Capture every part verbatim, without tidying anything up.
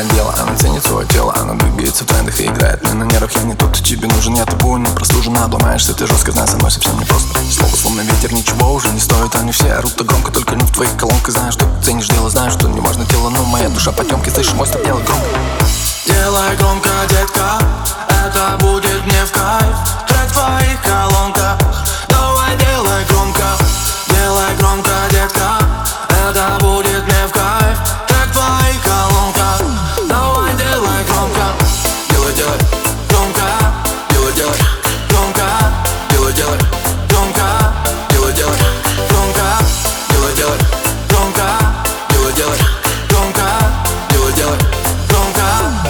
знает дело. Она ценит свое тело, она двигается в трендах и играет мне на нервах. Я не тот, кто тебе нужен, я табу, не прослужена. Обломаешься ты жестко, знай, со мной совсем не просто. Слово словно ветер, ничего уже не стоит. Они все орут-то громко, только не в твоих колонках. Знаешь, что ты ценишь дело, знаешь, что не важно тело, но моя душа потемки, слышишь, мой стук, делай громко. Делай громко, детка, это будет мне в кайф. Трек в твоих колонках, давай делай громко. Делай громко, детка, это будет мне в кайф. Трек в твоих колонках, давай делай громко. Делай, делай, громко. Делай, делай, громко. Делай, делай, громко. Делай, делай, громко. Делай, делай, громко. Делай, делай, громко. Делай, делай, громко.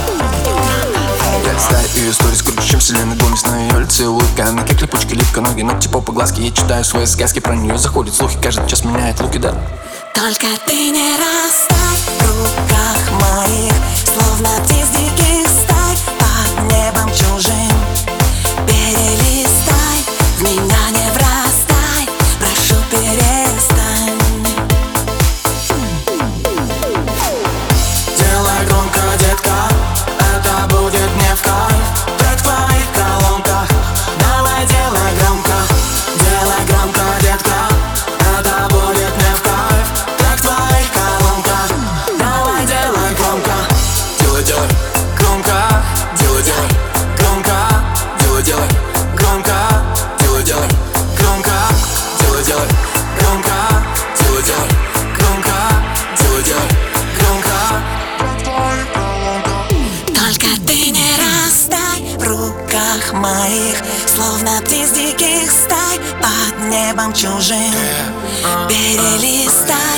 Я листаю ее сторис круче, чем вселенной глумись на ее лице. Улыбка, она как липучка, липка, ноги, ногти, попа, глазки. Я читаю свои сказки, про нее заходят слухи. Каждый час меняет луки, да. Только ты не растай в руках моих, словно птиц диких стай под небом чужим. Перелистай, в меня не врастай, прошу, перестань. Делай громко, детка, это будет мне в кайф. Трек в твоих колонках, давай делай громко. Делай громко, детка, это будет мне в кайф. Трек в твоих колонках, давай делай громко. Делай, делай, громко. Делай, делай, громко. Делай, делай, громко. Делай, делай, громко. Делай, делай, громко. Делай, делай, громко. Делай, делай, громко. Только ты не растай в руках моих, словно птиц диких стай под небом чужим. Перелистай.